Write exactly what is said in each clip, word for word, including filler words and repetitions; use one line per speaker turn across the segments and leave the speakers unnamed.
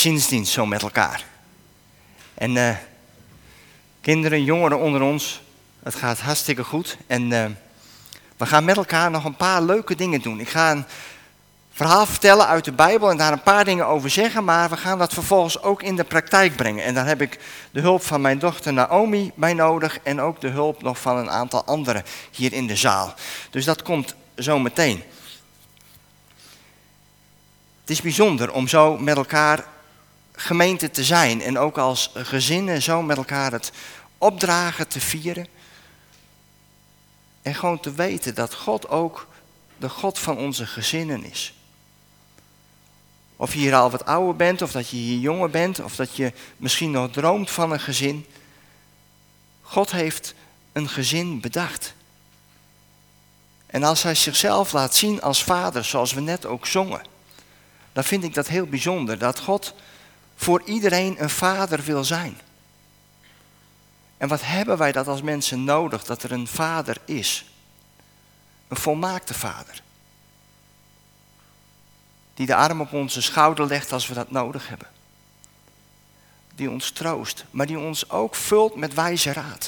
zinsdienst zo met elkaar. En uh, kinderen, jongeren onder ons, het gaat hartstikke goed. En uh, we gaan met elkaar nog een paar leuke dingen doen. Ik ga een verhaal vertellen uit de Bijbel en daar een paar dingen over zeggen, maar we gaan dat vervolgens ook in de praktijk brengen. En daar heb ik de hulp van mijn dochter Naomi bij nodig en ook de hulp nog van een aantal anderen hier in de zaal. Dus dat komt zo meteen. Het is bijzonder om zo met elkaar gemeente te zijn en ook als gezinnen zo met elkaar het opdragen te vieren. En gewoon te weten dat God ook de God van onze gezinnen is. Of je hier al wat ouder bent, of dat je hier jonger bent, of dat je misschien nog droomt van een gezin. God heeft een gezin bedacht. En als hij zichzelf laat zien als vader, zoals we net ook zongen, dan vind ik dat heel bijzonder, dat God voor iedereen een vader wil zijn. En wat hebben wij dat als mensen nodig, dat er een vader is? Een volmaakte vader. Die de arm op onze schouder legt als we dat nodig hebben. Die ons troost, maar die ons ook vult met wijze raad.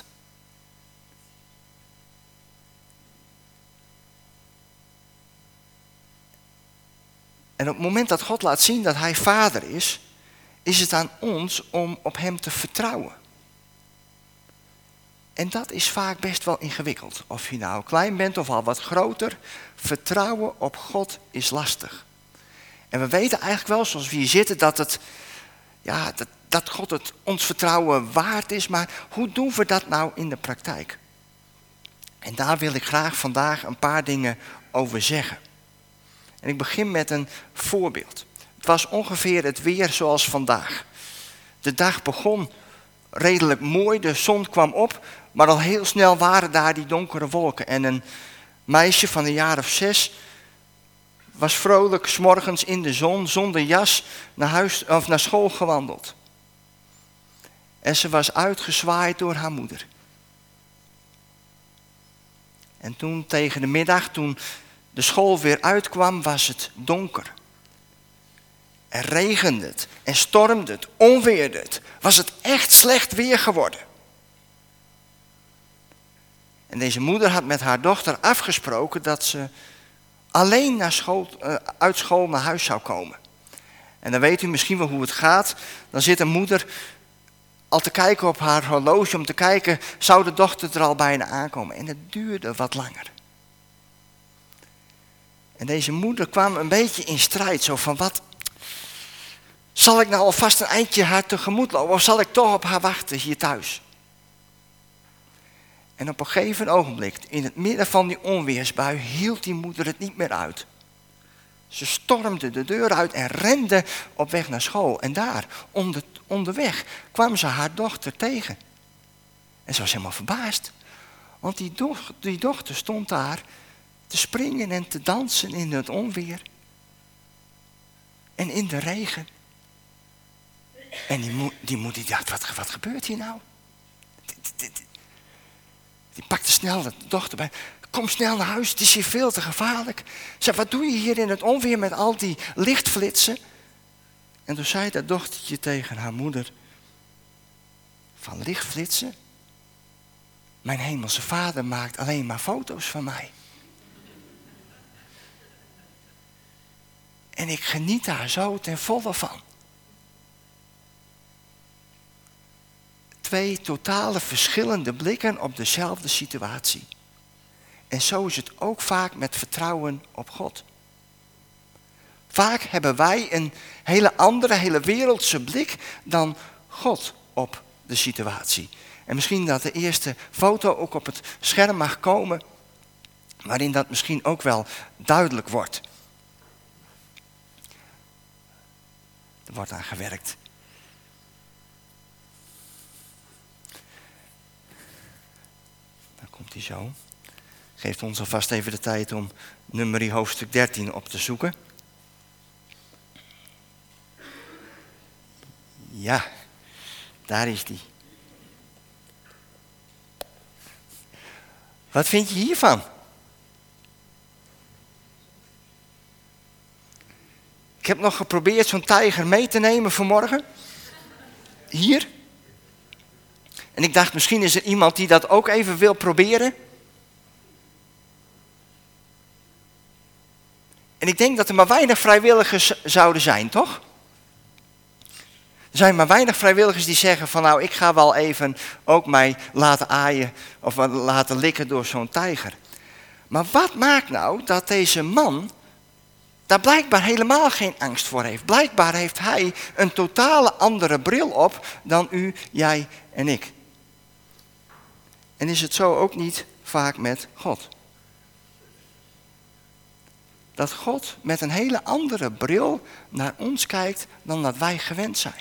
En op het moment dat God laat zien dat hij vader is, is het aan ons om op hem te vertrouwen. En dat is vaak best wel ingewikkeld. Of je nou klein bent of al wat groter, vertrouwen op God is lastig. En we weten eigenlijk wel, zoals we hier zitten, dat, het, ja, dat, dat God het ons vertrouwen waard is. Maar hoe doen we dat nou in de praktijk? En daar wil ik graag vandaag een paar dingen over zeggen. En ik begin met een voorbeeld. Het was ongeveer het weer zoals vandaag. De dag begon redelijk mooi, de zon kwam op, maar al heel snel waren daar die donkere wolken. En een meisje van een jaar of zes was vrolijk 's morgens in de zon, zonder jas, naar, huis, of naar school gewandeld. En ze was uitgezwaaid door haar moeder. En toen tegen de middag, toen de school weer uitkwam, was het donker. En regende het en stormde het, onweerde het. Was het echt slecht weer geworden. En deze moeder had met haar dochter afgesproken dat ze alleen naar school, uh, uit school naar huis zou komen. En dan weet u misschien wel hoe het gaat. Dan zit een moeder al te kijken op haar horloge om te kijken, zou de dochter er al bijna aankomen. En het duurde wat langer. En deze moeder kwam een beetje in strijd, zo van wat, zal ik nou alvast een eindje haar tegemoet lopen of zal ik toch op haar wachten hier thuis? En op een gegeven ogenblik, in het midden van die onweersbui, hield die moeder het niet meer uit. Ze stormde de deur uit en rende op weg naar school. En daar, onder, onderweg, kwam ze haar dochter tegen. En ze was helemaal verbaasd. Want die, doch, die dochter stond daar te springen en te dansen in het onweer. En in de regen. En die, mo- die moeder die dacht, wat, wat gebeurt hier nou? Die, die, die, die pakte snel de dochter bij. Kom snel naar huis, het is hier veel te gevaarlijk. Zeg, wat doe je hier in het onweer met al die lichtflitsen? En toen zei dat dochtertje tegen haar moeder, van lichtflitsen? Mijn hemelse vader maakt alleen maar foto's van mij. En ik geniet daar zo ten volle van. Twee totale verschillende blikken op dezelfde situatie. En zo is het ook vaak met vertrouwen op God. Vaak hebben wij een hele andere, hele wereldse blik dan God op de situatie. En misschien dat de eerste foto ook op het scherm mag komen, waarin dat misschien ook wel duidelijk wordt. Er wordt aan gewerkt. Dan komt hij zo. Geeft ons alvast even de tijd om nummerie hoofdstuk dertien op te zoeken. Ja, daar is die. Wat vind je hiervan? Ik heb nog geprobeerd zo'n tijger mee te nemen vanmorgen. Hier. En ik dacht, misschien is er iemand die dat ook even wil proberen. En ik denk dat er maar weinig vrijwilligers zouden zijn, toch? Er zijn maar weinig vrijwilligers die zeggen van nou, ik ga wel even ook mij laten aaien of laten likken door zo'n tijger. Maar wat maakt nou dat deze man daar blijkbaar helemaal geen angst voor heeft? Blijkbaar heeft hij een totale andere bril op dan u, jij en ik. En is het zo ook niet vaak met God? Dat God met een hele andere bril naar ons kijkt dan dat wij gewend zijn.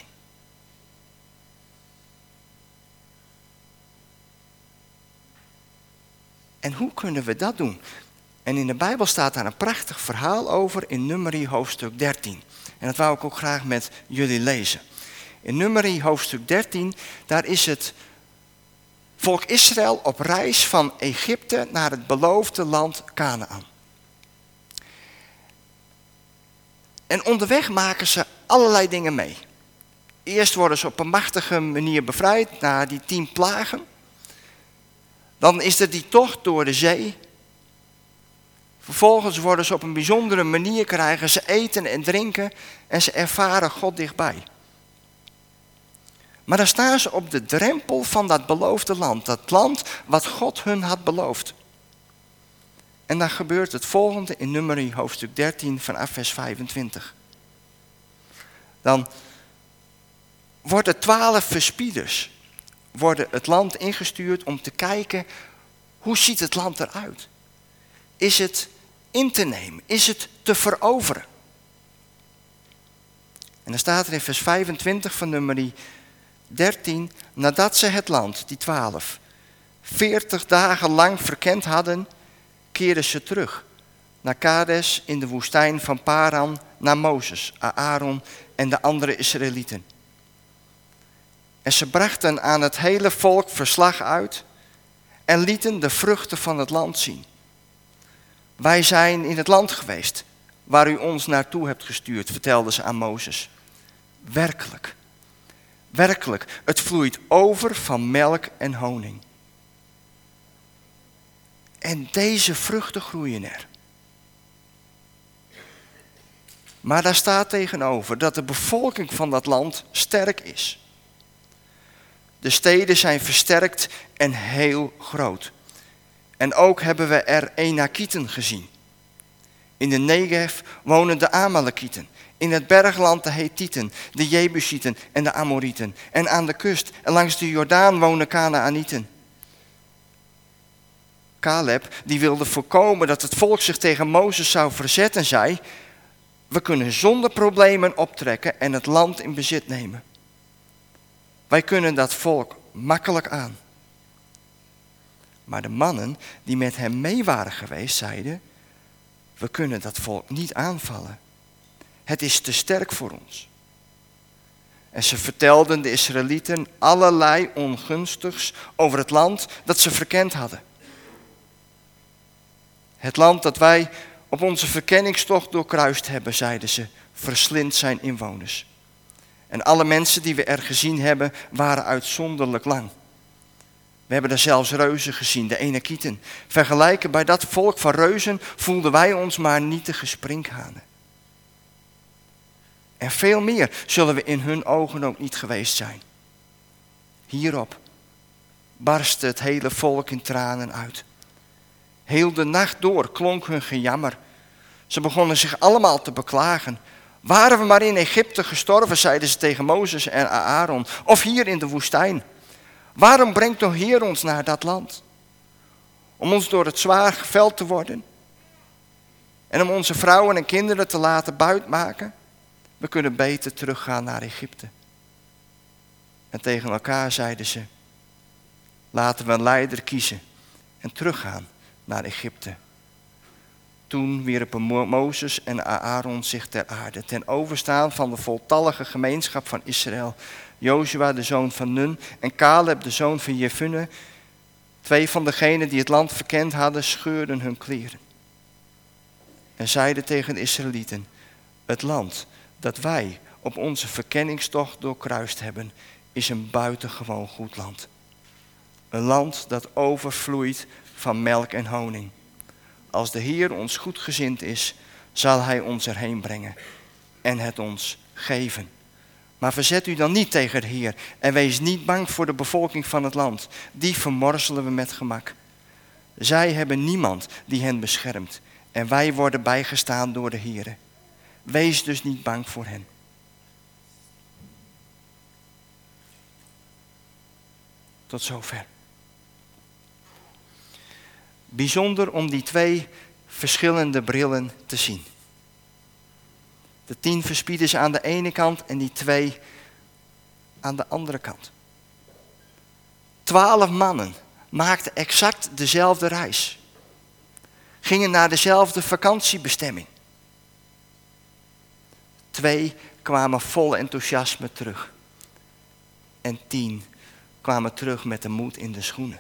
En hoe kunnen we dat doen? En in de Bijbel staat daar een prachtig verhaal over in Numeri hoofdstuk dertien. En dat wou ik ook graag met jullie lezen. In Numeri hoofdstuk dertien, daar is het volk Israël op reis van Egypte naar het beloofde land Kanaan. En onderweg maken ze allerlei dingen mee. Eerst worden ze op een machtige manier bevrijd na die tien plagen. Dan is er die tocht door de zee. Vervolgens worden ze op een bijzondere manier, krijgen ze eten en drinken en ze ervaren God dichtbij. Maar dan staan ze op de drempel van dat beloofde land, dat land wat God hun had beloofd. En dan gebeurt het volgende in Numeri hoofdstuk dertien vanaf vers vijfentwintig. Dan worden twaalf verspieders worden het land ingestuurd om te kijken hoe ziet het land eruit. Is het in te nemen? Is het te veroveren? En dan staat er in vers vijfentwintig van Numeri dertien, nadat ze het land, die twaalf, veertig dagen lang verkend hadden, keerden ze terug naar Kades in de woestijn van Paran, naar Mozes, Aaron en de andere Israëlieten. En ze brachten aan het hele volk verslag uit en lieten de vruchten van het land zien. Wij zijn in het land geweest waar u ons naartoe hebt gestuurd, vertelden ze aan Mozes. Werkelijk, werkelijk, het vloeit over van melk en honing. En deze vruchten groeien er. Maar daar staat tegenover dat de bevolking van dat land sterk is. De steden zijn versterkt en heel groot. En ook hebben we er Enakieten gezien. In de Negev wonen de Amalekieten. In het bergland de Hethieten, de Jebusieten en de Amorieten. En aan de kust en langs de Jordaan wonen Kanaanieten. Caleb, die wilde voorkomen dat het volk zich tegen Mozes zou verzetten, zei: we kunnen zonder problemen optrekken en het land in bezit nemen. Wij kunnen dat volk makkelijk aan. Maar de mannen die met hem mee waren geweest, zeiden: we kunnen dat volk niet aanvallen. Het is te sterk voor ons. En ze vertelden de Israëlieten allerlei ongunstigs over het land dat ze verkend hadden. Het land dat wij op onze verkenningstocht doorkruist hebben, zeiden ze, verslindt zijn inwoners. En alle mensen die we er gezien hebben, waren uitzonderlijk lang. We hebben er zelfs reuzen gezien, de Enakieten. Vergelijken bij dat volk van reuzen voelden wij ons maar nietige sprinkhanen. En veel meer zullen we in hun ogen ook niet geweest zijn. Hierop barstte het hele volk in tranen uit. Heel de nacht door klonk hun gejammer. Ze begonnen zich allemaal te beklagen. Waren we maar in Egypte gestorven, zeiden ze tegen Mozes en Aaron, of hier in de woestijn. Waarom brengt de Heer ons naar dat land? Om ons door het zwaar geveld te worden? En om onze vrouwen en kinderen te laten buitmaken? We kunnen beter teruggaan naar Egypte. En tegen elkaar zeiden ze: laten we een leider kiezen en teruggaan naar Egypte. Toen wierpen Mozes en Aaron zich ter aarde, ten overstaan van de voltallige gemeenschap van Israël. Jozua, de zoon van Nun, en Caleb, de zoon van Jefunne, twee van degenen die het land verkend hadden, scheurden hun kleren. En zeiden tegen de Israëlieten: het land dat wij op onze verkenningstocht doorkruist hebben, is een buitengewoon goed land. Een land dat overvloeit van melk en honing. Als de Heer ons goedgezind is, zal Hij ons erheen brengen en het ons geven. Maar verzet u dan niet tegen de Heer en wees niet bang voor de bevolking van het land. Die vermorzelen we met gemak. Zij hebben niemand die hen beschermt en wij worden bijgestaan door de Heer. Wees dus niet bang voor hen. Tot zover. Bijzonder om die twee verschillende brillen te zien. De tien verspieders aan de ene kant en die twee aan de andere kant. Twaalf mannen maakten exact dezelfde reis. Gingen naar dezelfde vakantiebestemming. Twee kwamen vol enthousiasme terug. En tien kwamen terug met de moed in de schoenen.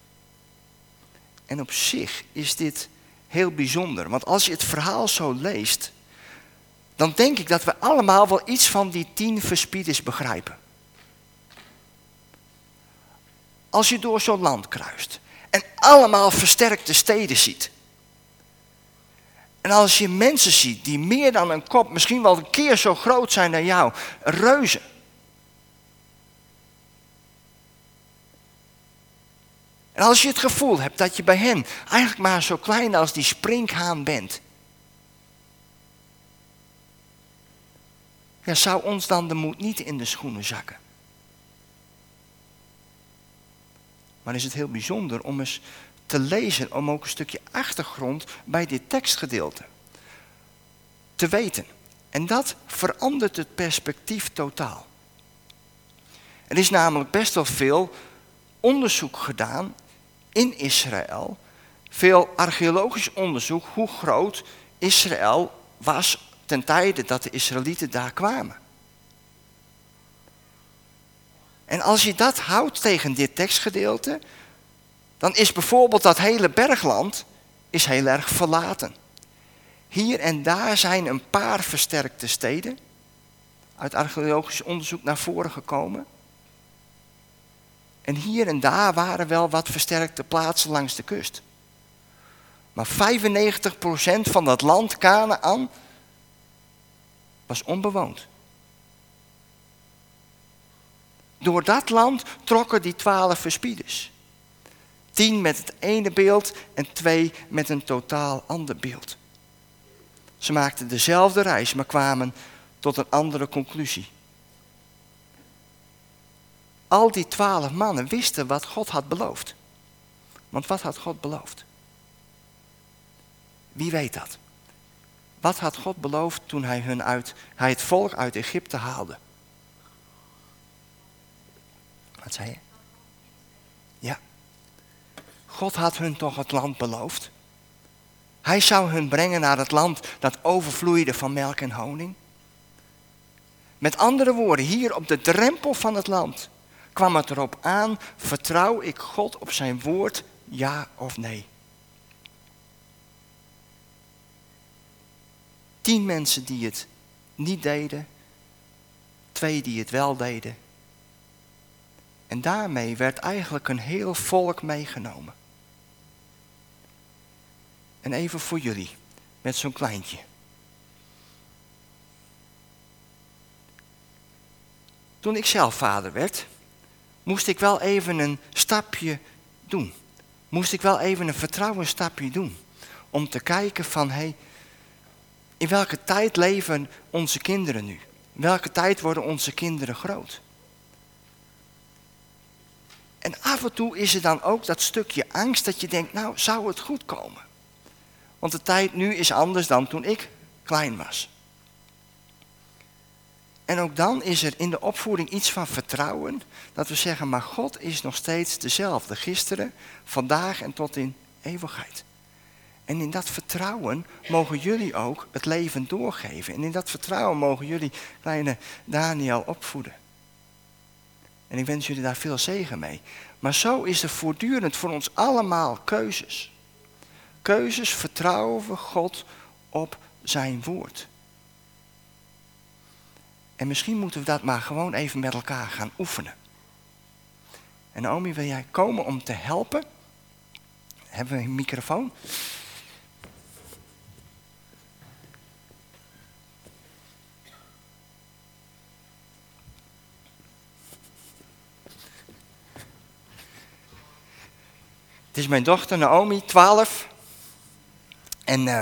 En op zich is dit heel bijzonder. Want als je het verhaal zo leest, dan denk ik dat we allemaal wel iets van die tien verspieders begrijpen. Als je door zo'n land kruist en allemaal versterkte steden ziet. En als je mensen ziet die meer dan een kop, misschien wel een keer zo groot zijn dan jou, reuzen. En als je het gevoel hebt dat je bij hen eigenlijk maar zo klein als die sprinkhaan bent. Ja, zou ons dan de moed niet in de schoenen zakken? Maar is het heel bijzonder om eens te lezen, om ook een stukje achtergrond bij dit tekstgedeelte te weten. En dat verandert het perspectief totaal. Er is namelijk best wel veel onderzoek gedaan in Israël. Veel archeologisch onderzoek hoe groot Israël was ten tijde dat de Israëlieten daar kwamen. En als je dat houdt tegen dit tekstgedeelte, dan is bijvoorbeeld dat hele bergland is heel erg verlaten. Hier en daar zijn een paar versterkte steden uit archeologisch onderzoek naar voren gekomen. En hier en daar waren wel wat versterkte plaatsen langs de kust. Maar vijfennegentig procent van dat land Kanaan was onbewoond. Door dat land trokken die twaalf verspieders. Tien met het ene beeld en twee met een totaal ander beeld. Ze maakten dezelfde reis, maar kwamen tot een andere conclusie. Al die twaalf mannen wisten wat God had beloofd. Want wat had God beloofd? Wie weet dat? Wat had God beloofd toen hij, hun uit, hij het volk uit Egypte haalde? Wat zei je? Ja. God had hun toch het land beloofd? Hij zou hun brengen naar het land dat overvloeide van melk en honing. Met andere woorden, hier op de drempel van het land kwam het erop aan, vertrouw ik God op zijn woord, ja of nee? Tien mensen die het niet deden, twee die het wel deden. En daarmee werd eigenlijk een heel volk meegenomen. En even voor jullie, met zo'n kleintje. Toen ik zelf vader werd, moest ik wel even een stapje doen. Moest ik wel even een vertrouwensstapje doen. Om te kijken van, hé, hey, in welke tijd leven onze kinderen nu? In welke tijd worden onze kinderen groot? En af en toe is er dan ook dat stukje angst dat je denkt, nou, zou het goed komen? Want de tijd nu is anders dan toen ik klein was. En ook dan is er in de opvoeding iets van vertrouwen. Dat we zeggen, maar God is nog steeds dezelfde. Gisteren, vandaag en tot in eeuwigheid. En in dat vertrouwen mogen jullie ook het leven doorgeven. En in dat vertrouwen mogen jullie kleine Daniel opvoeden. En ik wens jullie daar veel zegen mee. Maar zo is er voortdurend voor ons allemaal keuzes. Keuzes vertrouwen we God op zijn woord. En misschien moeten we dat maar gewoon even met elkaar gaan oefenen. En Naomi, wil jij komen om te helpen? Hebben we een microfoon? Het is mijn dochter Naomi, twaalf. En uh,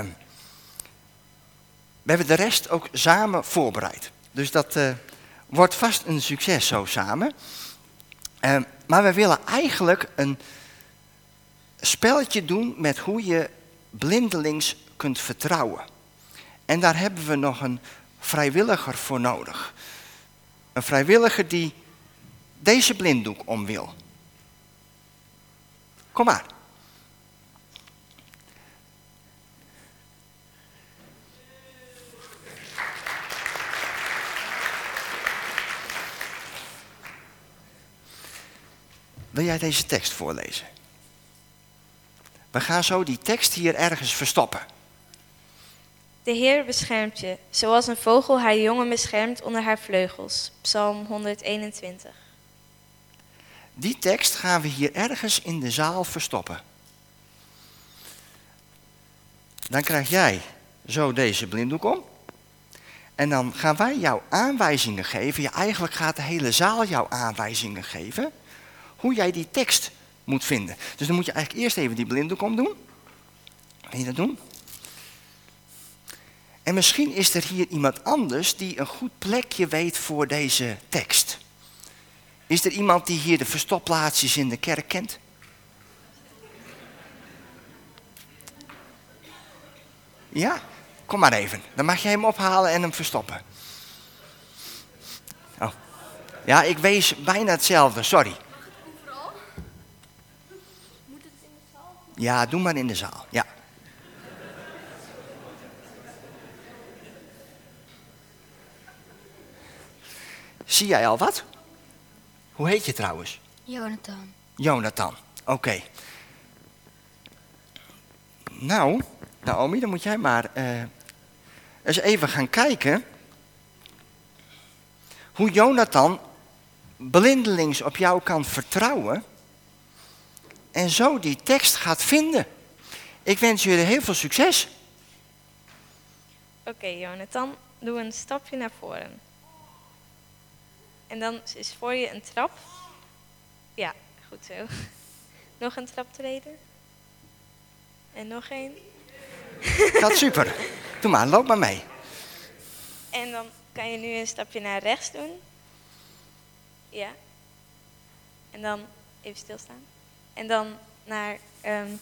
we hebben de rest ook samen voorbereid. Dus dat uh, wordt vast een succes zo samen. Uh, maar we willen eigenlijk een spelletje doen met hoe je blindelings kunt vertrouwen. En daar hebben we nog een vrijwilliger voor nodig. Een vrijwilliger die deze blinddoek om wil. Kom maar. Wil jij deze tekst voorlezen? We gaan zo die tekst hier ergens verstoppen.
De Heer beschermt je, zoals een vogel haar jongen beschermt onder haar vleugels. Psalm honderdeenentwintig.
Die tekst gaan we hier ergens in de zaal verstoppen. Dan krijg jij zo deze blinddoek om. En dan gaan wij jou aanwijzingen geven. Ja, eigenlijk gaat de hele zaal jou aanwijzingen geven. Hoe jij die tekst moet vinden. Dus dan moet je eigenlijk eerst even die blinddoek omdoen. Wil je dat doen? En misschien is er hier iemand anders die een goed plekje weet voor deze tekst. Is er iemand die hier de verstopplaatsjes in de kerk kent? Ja? Kom maar even. Dan mag jij hem ophalen en hem verstoppen. Oh. Ja, ik wees bijna hetzelfde, sorry.
Overal? Moet het in de zaal?
Ja, doe maar in de zaal. Ja. Zie jij al wat? Hoe heet je trouwens?
Jonathan.
Jonathan, oké. Okay. Nou, Naomi, dan moet jij maar uh, eens even gaan kijken hoe Jonathan blindelings op jou kan vertrouwen en zo die tekst gaat vinden. Ik wens jullie heel veel succes.
Oké, okay, Jonathan, doe een stapje naar voren. En dan is voor je een trap. Ja, goed zo. Nog een traptreden. En nog één.
Dat super. Doe maar, loop maar mee.
En dan kan je nu een stapje naar rechts doen. Ja. En dan even stilstaan. En dan naar... Um,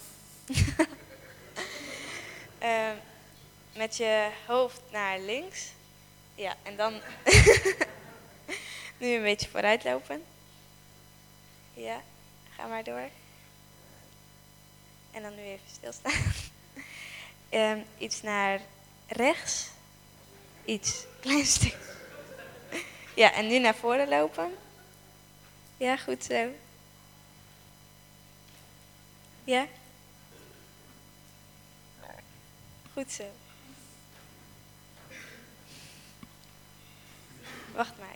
uh, met je hoofd naar links. Ja, en dan... Nu een beetje vooruit lopen. Ja, ga maar door. En dan nu even stilstaan. um, iets naar rechts. Iets, klein stuk. Ja, en nu naar voren lopen. Ja, goed zo. Ja. Goed zo. Wacht maar even.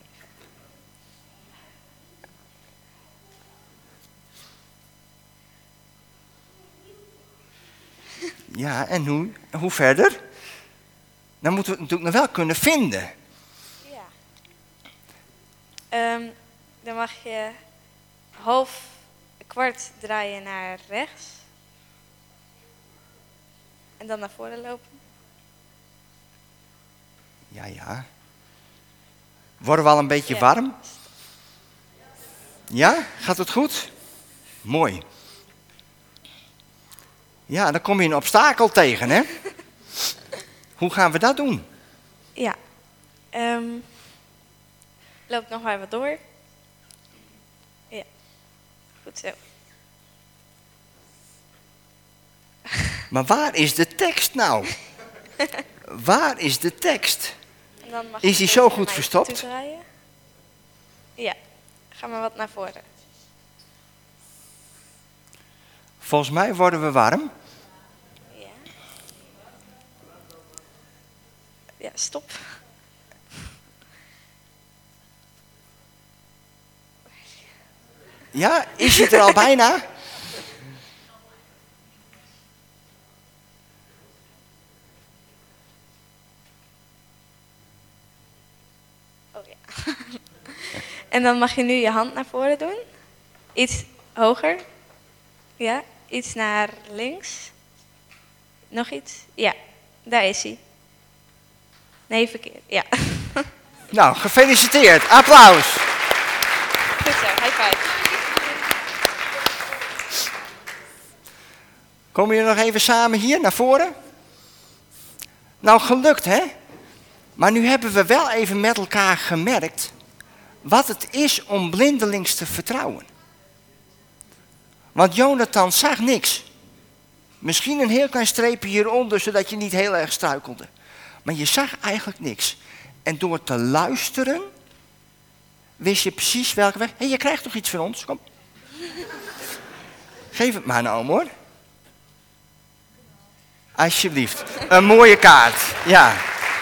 Ja, en hoe, hoe verder? Dan moeten we het natuurlijk nog wel kunnen vinden.
Ja. Um, dan mag je half, een kwart draaien naar rechts. En dan naar voren lopen.
Ja, ja. Worden we al een beetje
ja.
warm? Ja? Gaat het goed? Mooi. Ja, dan kom je een obstakel tegen, hè? Hoe gaan we dat doen?
Ja. Um, loop nog maar wat door. Ja. Goed zo.
Maar waar is de tekst nou? Waar is de tekst?
En dan mag
is die zo goed verstopt?
Ja. Ga maar wat naar voren.
Volgens mij worden we warm.
Ja. Ja, stop.
Ja, is je er al bijna?
Oh ja. En dan mag je nu je hand naar voren doen. Iets hoger. Ja, iets naar links. Nog iets. Ja, daar is hij. Nee, verkeerd. Ja.
Nou, gefeliciteerd. Applaus.
Goed zo, high five.
Komen jullie nog even samen hier naar voren? Nou, gelukt hè? Maar nu hebben we wel even met elkaar gemerkt wat het is om blindelings te vertrouwen. Want Jonathan zag niks. Misschien een heel klein streepje hieronder, zodat je niet heel erg struikelde. Maar je zag eigenlijk niks. En door te luisteren, wist je precies welke weg. Hé, hey, je krijgt toch iets van ons? Kom. Geef het maar nou, hoor. Alsjeblieft. Een mooie kaart. Ja.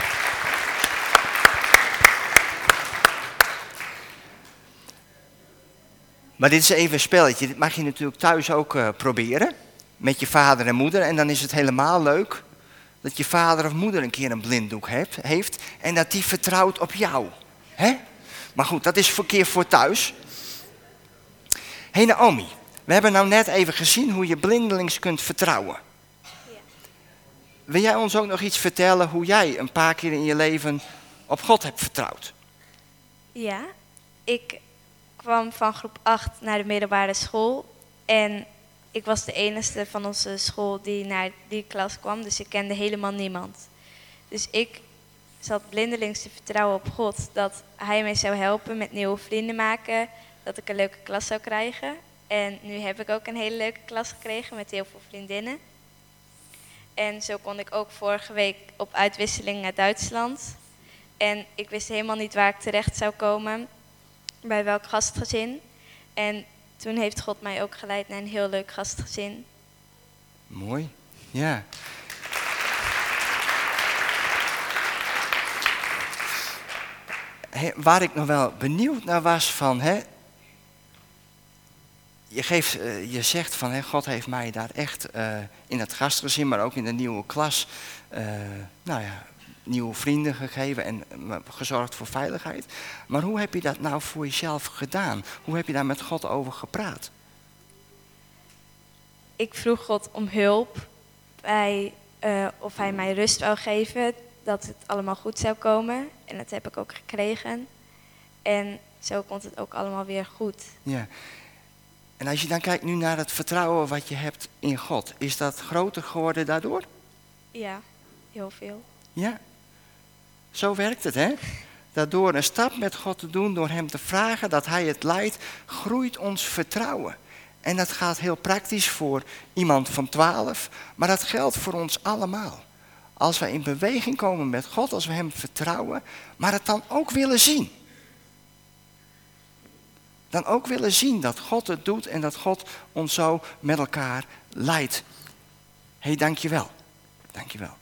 Maar dit is even een spelletje. Dit mag je natuurlijk thuis ook uh, proberen. Met je vader en moeder. En dan is het helemaal leuk dat je vader of moeder een keer een blinddoek heeft. heeft en dat die vertrouwt op jou. Hè? Maar goed, dat is voor keer voor thuis. Hé hey Naomi, we hebben nou net even gezien hoe je blindelings kunt vertrouwen.
Ja.
Wil jij ons ook nog iets vertellen hoe jij een paar keer in je leven op God hebt vertrouwd?
Ja, ik kwam van groep acht naar de middelbare school. En ik was de enige van onze school die naar die klas kwam. Dus ik kende helemaal niemand. Dus ik zat blindelings te vertrouwen op God. Dat hij mij zou helpen met nieuwe vrienden maken. Dat ik een leuke klas zou krijgen. En nu heb ik ook een hele leuke klas gekregen met heel veel vriendinnen. En zo kon ik ook vorige week op uitwisseling naar Duitsland. En ik wist helemaal niet waar ik terecht zou komen. Bij welk gastgezin. En toen heeft God mij ook geleid naar een heel leuk gastgezin.
Mooi, ja. He, waar ik nog wel benieuwd naar was van, hè, je, geeft, uh, je zegt van, hè, God heeft mij daar echt uh, in het gastgezin, maar ook in de nieuwe klas, uh, nou ja, nieuwe vrienden gegeven en uh, gezorgd voor veiligheid. Maar hoe heb je dat nou voor jezelf gedaan? Hoe heb je daar met God over gepraat?
Ik vroeg God om hulp bij uh, of hij mij rust wou geven, dat het allemaal goed zou komen. En dat heb ik ook gekregen. En zo komt het ook allemaal weer goed.
Ja. En als je dan kijkt nu naar het vertrouwen wat je hebt in God, is dat groter geworden daardoor?
Ja, heel veel.
Ja. Zo werkt het, hè? Dat door een stap met God te doen, door hem te vragen dat hij het leidt, groeit ons vertrouwen. En dat gaat heel praktisch voor iemand van twaalf, maar dat geldt voor ons allemaal. Als wij in beweging komen met God, als we hem vertrouwen, maar het dan ook willen zien. Dan ook willen zien dat God het doet en dat God ons zo met elkaar leidt. Hé, hey, dankjewel. Dankjewel.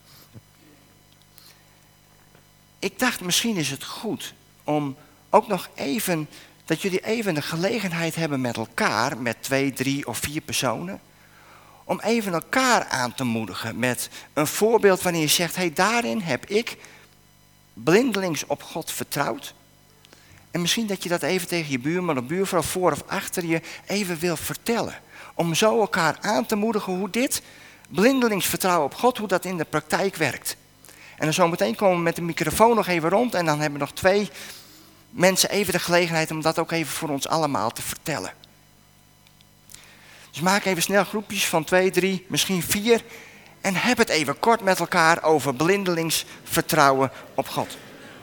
Ik dacht, misschien is het goed om ook nog even, dat jullie even de gelegenheid hebben met elkaar, met twee, drie of vier personen, om even elkaar aan te moedigen met een voorbeeld wanneer je zegt, hé, hey, daarin heb ik blindelings op God vertrouwd. En misschien dat je dat even tegen je buurman of buurvrouw voor of achter je even wil vertellen. Om zo elkaar aan te moedigen hoe dit blindelings vertrouwen op God, hoe dat in de praktijk werkt. En dan zometeen komen we met de microfoon nog even rond en dan hebben we nog twee mensen even de gelegenheid om dat ook even voor ons allemaal te vertellen. Dus maak even snel groepjes van twee, drie, misschien vier en heb het even kort met elkaar over blindelings vertrouwen op God.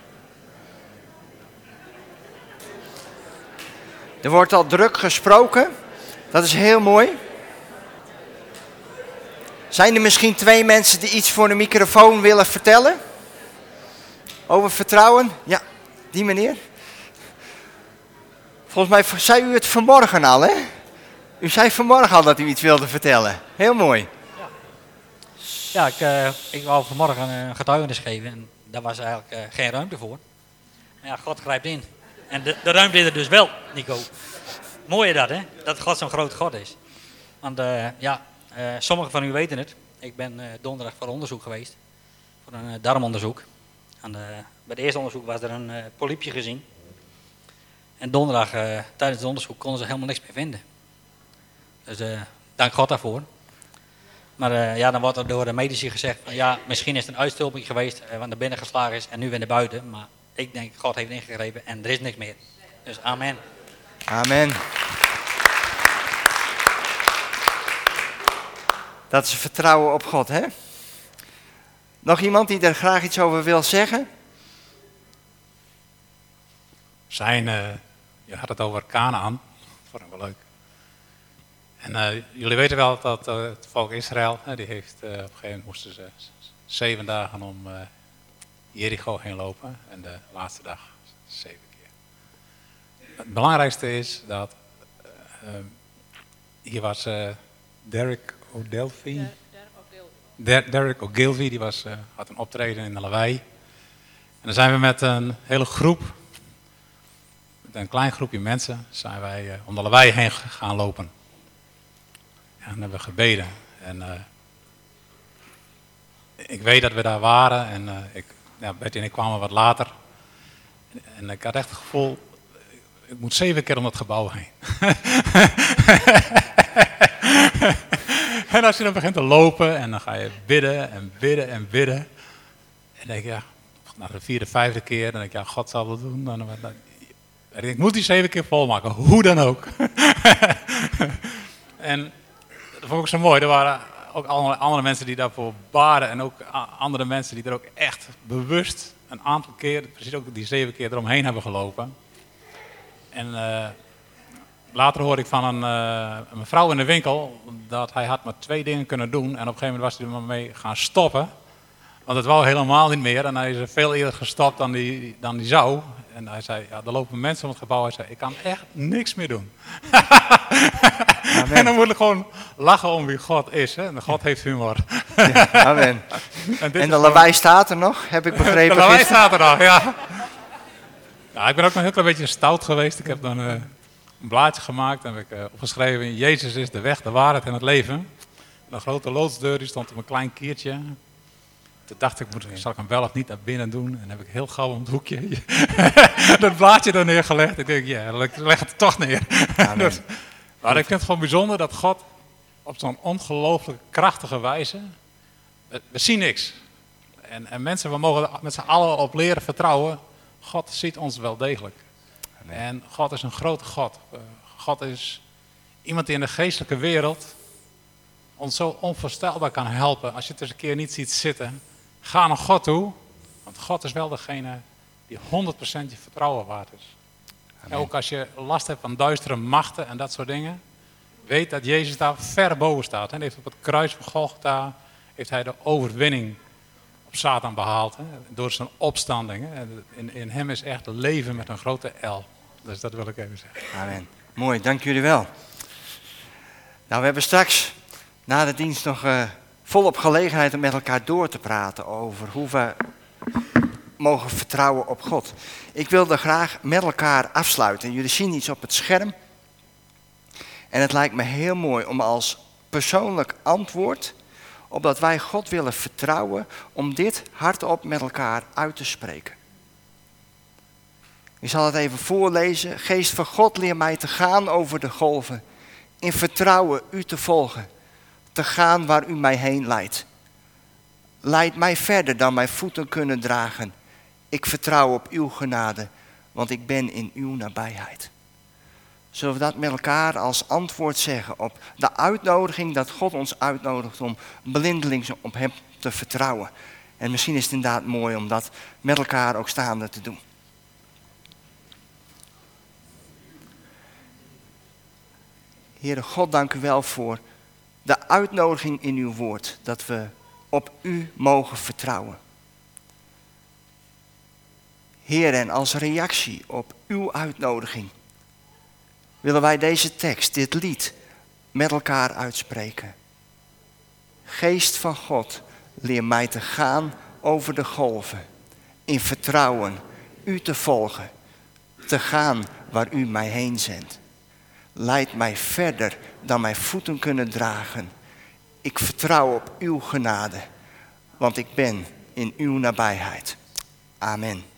Er wordt al druk gesproken, dat is heel mooi. Zijn er misschien twee mensen die iets voor de microfoon willen vertellen? Over vertrouwen? Ja, die meneer. Volgens mij zei u het vanmorgen al, hè? U zei vanmorgen al dat u iets wilde vertellen. Heel mooi.
Ja, ja ik, uh, ik wou vanmorgen een getuigenis geven en daar was eigenlijk uh, geen ruimte voor. Maar ja, God grijpt in. En de, de ruimte is er dus wel, Nico. Mooi dat, hè? Dat God zo'n groot God is. Want uh, ja, uh, sommigen van u weten het. Ik ben uh, donderdag voor onderzoek geweest. Voor een uh, darmonderzoek. En, uh, bij het eerste onderzoek was er een uh, polypje gezien. En donderdag, uh, tijdens het onderzoek, konden ze helemaal niks meer vinden. Dus uh, dank God daarvoor. Maar uh, ja, dan wordt er door de medici gezegd van ja, misschien is het een uitstulping geweest, uh, want er binnen geslagen is en nu weer naar buiten. Maar ik denk, God heeft ingegrepen en er is niks meer. Dus amen.
Amen. Dat is vertrouwen op God, hè? Nog iemand die er graag iets over wil zeggen?
Zijn, uh, je had het over Kanaan, dat vond ik wel leuk. En uh, jullie weten wel dat uh, het volk Israël, uh, die heeft uh, op een gegeven moment moesten ze zeven dagen om uh, Jericho heen lopen en de laatste dag zeven keer. Het belangrijkste is dat uh, hier was uh, Derek O'Delphi. Der, Derek O'Gilvy, die was, uh, had een optreden in de Lawaai. En dan zijn we met een hele groep, met een klein groepje mensen, zijn wij uh, om de Lawaai heen gaan lopen. En dan hebben we gebeden. En uh, ik weet dat we daar waren en uh, ik, ja, Betty en ik kwamen wat later. En, en ik had echt het gevoel, ik moet zeven keer om dat gebouw heen. En als je dan begint te lopen en dan ga je bidden en bidden en bidden. En dan denk je, ja, na de vierde, vijfde keer, dan denk je, ja, God zal dat doen. Dan, dan, dan, ik moet die zeven keer volmaken, hoe dan ook. En dat vond ik zo mooi. Er waren ook andere, andere mensen die daarvoor baden en ook andere mensen die er ook echt bewust een aantal keer, precies ook die zeven keer eromheen hebben gelopen. En uh, later hoorde ik van een, uh, een mevrouw in de winkel dat hij had maar twee dingen kunnen doen. En op een gegeven moment was hij er maar mee gaan stoppen. Want het wou helemaal niet meer. En hij is veel eerder gestopt dan die, dan die zou. En hij zei, ja, er lopen mensen om het gebouw. Hij zei, ik kan echt niks meer doen. En dan moet ik gewoon lachen om wie God is. Hè? En God heeft humor.
Ja, amen. En, en de lawaai staat er nog, heb ik begrepen.
De lawaai staat er nog, ja. Ja. Ik ben ook nog een heel klein beetje stout geweest. Ik heb dan uh, een blaadje gemaakt en heb ik uh, opgeschreven, Jezus is de weg, de waarheid en het leven. En een grote loodsdeur, die stond op een klein kiertje. Toen dacht ik, moet, zal ik hem wel of niet naar binnen doen? En dan heb ik heel gauw om het hoekje dat blaadje er neergelegd. Ik denk, ja, leg het toch neer. Dus, maar ik vind het gewoon bijzonder dat God op zo'n ongelooflijk krachtige wijze, we, we zien niks. En, en mensen, we mogen met z'n allen op leren vertrouwen. God ziet ons wel degelijk. Amen. En God is een grote God. Uh, God is iemand die in de geestelijke wereld ons zo onvoorstelbaar kan helpen. Als je het eens een keer niet ziet zitten, ga naar God toe. Want God is wel degene die honderd procent je vertrouwen waard is. En ook als je last hebt van duistere machten en dat soort dingen, weet dat Jezus daar ver boven staat. Hij heeft op het kruis van Golgotha heeft hij de overwinning op Satan behaald. Hè, door zijn opstanding. Hè. In, in hem is echt leven met een grote L. Dus dat wil ik even zeggen.
Amen. Mooi, dank jullie wel. Nou, we hebben straks na de dienst nog uh, volop gelegenheid om met elkaar door te praten over hoe we mogen vertrouwen op God. Ik wilde graag met elkaar afsluiten. Jullie zien iets op het scherm. En het lijkt me heel mooi om als persoonlijk antwoord op dat wij God willen vertrouwen, om dit hardop met elkaar uit te spreken. Ik zal het even voorlezen. Geest van God, leer mij te gaan over de golven. In vertrouwen u te volgen. Te gaan waar u mij heen leidt. Leid mij verder dan mijn voeten kunnen dragen. Ik vertrouw op uw genade, want ik ben in uw nabijheid. Zullen we dat met elkaar als antwoord zeggen op de uitnodiging dat God ons uitnodigt om blindelings op hem te vertrouwen. En misschien is het inderdaad mooi om dat met elkaar ook staande te doen. Heere God, dank u wel voor de uitnodiging in uw woord, dat we op u mogen vertrouwen. Heer, en als reactie op uw uitnodiging willen wij deze tekst, dit lied, met elkaar uitspreken. Geest van God, leer mij te gaan over de golven, in vertrouwen u te volgen, te gaan waar u mij heen zendt. Leid mij verder dan mijn voeten kunnen dragen. Ik vertrouw op uw genade, want ik ben in uw nabijheid. Amen.